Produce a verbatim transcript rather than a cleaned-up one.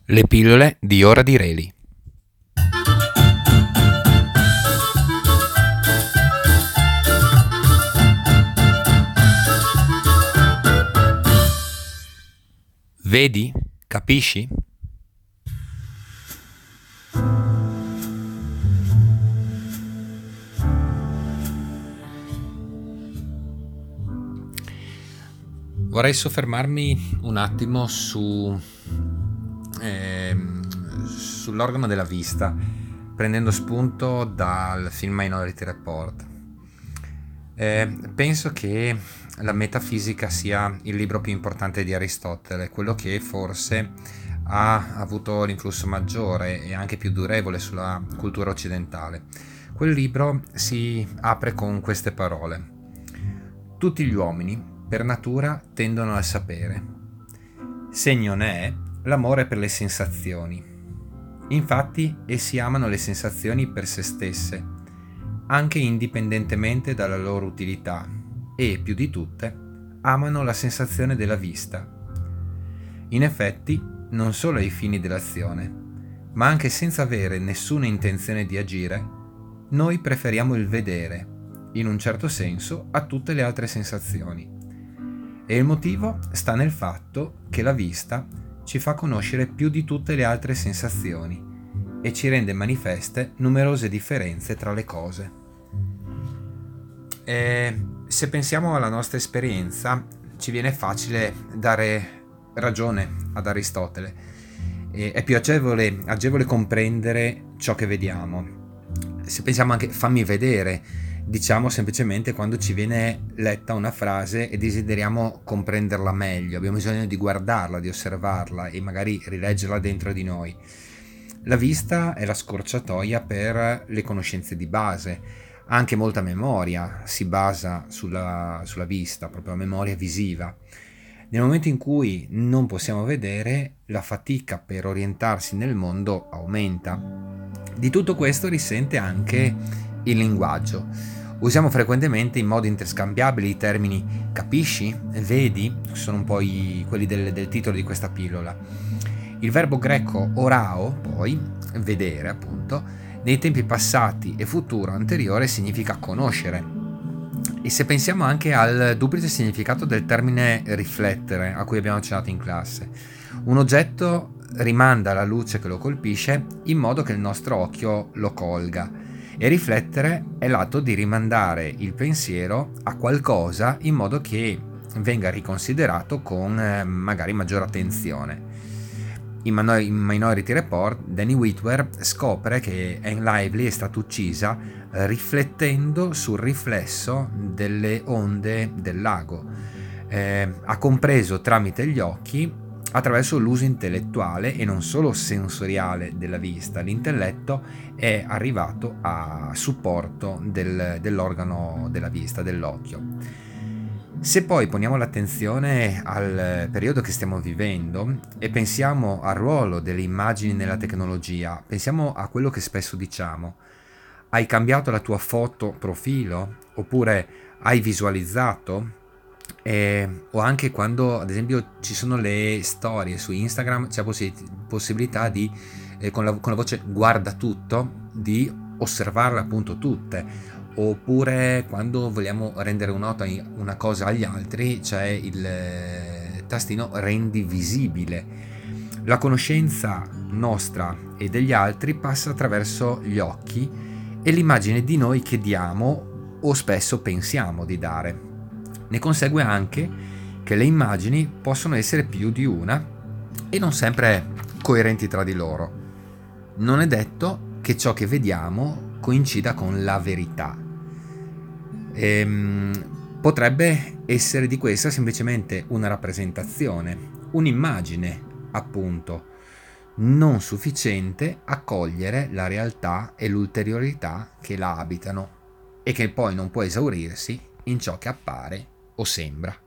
Le pillole di Ora di Reli. Vedi? Capisci? Vorrei soffermarmi un attimo su ehm, sull'organo della vista, prendendo spunto dal film Minority Report. Eh, penso che la Metafisica sia il libro più importante di Aristotele, quello che forse ha avuto l'influsso maggiore e anche più durevole sulla cultura occidentale. Quel libro si apre con queste parole: tutti gli uomini per natura tendono al sapere. Segno ne è l'amore per le sensazioni. Infatti essi amano le sensazioni per se stesse, anche indipendentemente dalla loro utilità, e, più di tutte, amano la sensazione della vista. In effetti, non solo ai fini dell'azione, ma anche senza avere nessuna intenzione di agire, noi preferiamo il vedere, in un certo senso, a tutte le altre sensazioni. E il motivo sta nel fatto che la vista ci fa conoscere più di tutte le altre sensazioni e ci rende manifeste numerose differenze tra le cose. E se pensiamo alla nostra esperienza, ci viene facile dare ragione ad Aristotele. E è più agevole, agevole comprendere ciò che vediamo. Se pensiamo anche fammi vedere, diciamo semplicemente quando ci viene letta una frase e desideriamo comprenderla meglio, abbiamo bisogno di guardarla, di osservarla e magari rileggerla dentro di noi. La vista è la scorciatoia per le conoscenze di base, anche molta memoria si basa sulla, sulla vista, proprio la memoria visiva. Nel momento in cui non possiamo vedere, la fatica per orientarsi nel mondo aumenta. Di tutto questo risente anche il linguaggio. Usiamo frequentemente in modo interscambiabile i termini capisci, vedi, sono un po' i, quelli del, del titolo di questa pillola. Il verbo greco orao, poi, vedere appunto, nei tempi passati e futuro anteriore significa conoscere. E se pensiamo anche al duplice significato del termine riflettere, a cui abbiamo accennato in classe, un oggetto rimanda la luce che lo colpisce in modo che il nostro occhio lo colga. E riflettere è l'atto di rimandare il pensiero a qualcosa in modo che venga riconsiderato con eh, magari maggiore attenzione. In, Minor- in Minority Report, Danny Whitwer scopre che Anne Lively è stata uccisa eh, riflettendo sul riflesso delle onde del lago. Eh, ha compreso tramite gli occhi, attraverso l'uso intellettuale e non solo sensoriale della vista. L'intelletto è arrivato a supporto del, dell'organo della vista, dell'occhio. Se poi poniamo l'attenzione al periodo che stiamo vivendo e pensiamo al ruolo delle immagini nella tecnologia, pensiamo a quello che spesso diciamo: hai cambiato la tua foto profilo? Oppure hai visualizzato? Eh, o anche quando ad esempio ci sono le storie su Instagram, c'è possi- possibilità di eh, con, la, con la voce guarda tutto, di osservarle appunto tutte. Oppure quando vogliamo rendere nota una cosa agli altri c'è il eh, tastino rendi visibile. La conoscenza nostra e degli altri passa attraverso gli occhi e l'immagine di noi che diamo o spesso pensiamo di dare. Ne consegue anche che le immagini possono essere più di una e non sempre coerenti tra di loro. Non è detto che ciò che vediamo coincida con la verità. Ehm, potrebbe essere di questa semplicemente una rappresentazione, un'immagine, appunto, non sufficiente a cogliere la realtà e l'ulteriorità che la abitano e che poi non può esaurirsi in ciò che appare o sembra.